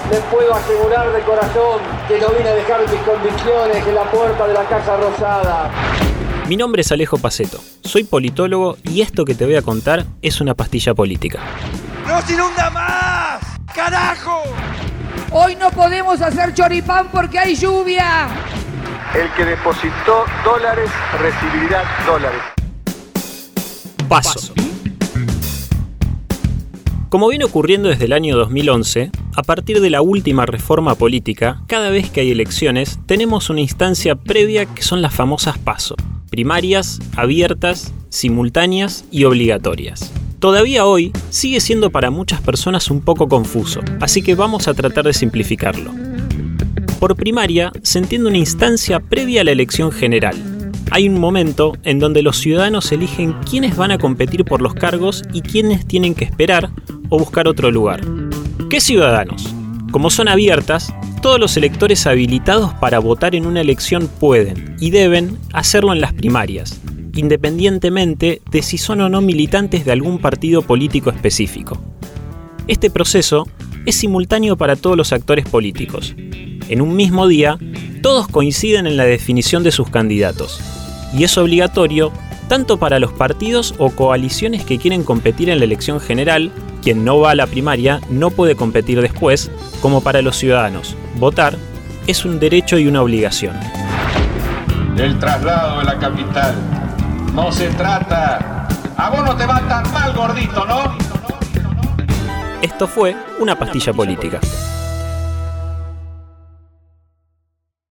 Les puedo asegurar de corazón que no vine a dejar mis convicciones en la puerta de la Casa Rosada. Mi nombre es Alejo Paceto, soy politólogo y esto que te voy a contar es una pastilla política. ¡No se inunda más! ¡Carajo! Hoy no podemos hacer choripán porque hay lluvia. El que depositó dólares recibirá dólares. Paso. Como viene ocurriendo desde el año 2011, a partir de la última reforma política, cada vez que hay elecciones, tenemos una instancia previa que son las famosas PASO, primarias, abiertas, simultáneas y obligatorias. Todavía hoy sigue siendo para muchas personas un poco confuso, así que vamos a tratar de simplificarlo. Por primaria se entiende una instancia previa a la elección general. Hay un momento en donde los ciudadanos eligen quiénes van a competir por los cargos y quiénes tienen que esperar o buscar otro lugar. ¿Qué ciudadanos? Como son abiertas, todos los electores habilitados para votar en una elección pueden y deben hacerlo en las primarias, independientemente de si son o no militantes de algún partido político específico. Este proceso es simultáneo para todos los actores políticos. En un mismo día, todos coinciden en la definición de sus candidatos, y es obligatorio tanto para los partidos o coaliciones que quieren competir en la elección general, quien no va a la primaria no puede competir después, como para los ciudadanos. Votar es un derecho y una obligación. El traslado de la capital. No se trata... A vos no te va tan mal, gordito, ¿no? Esto fue Una Pastilla Política.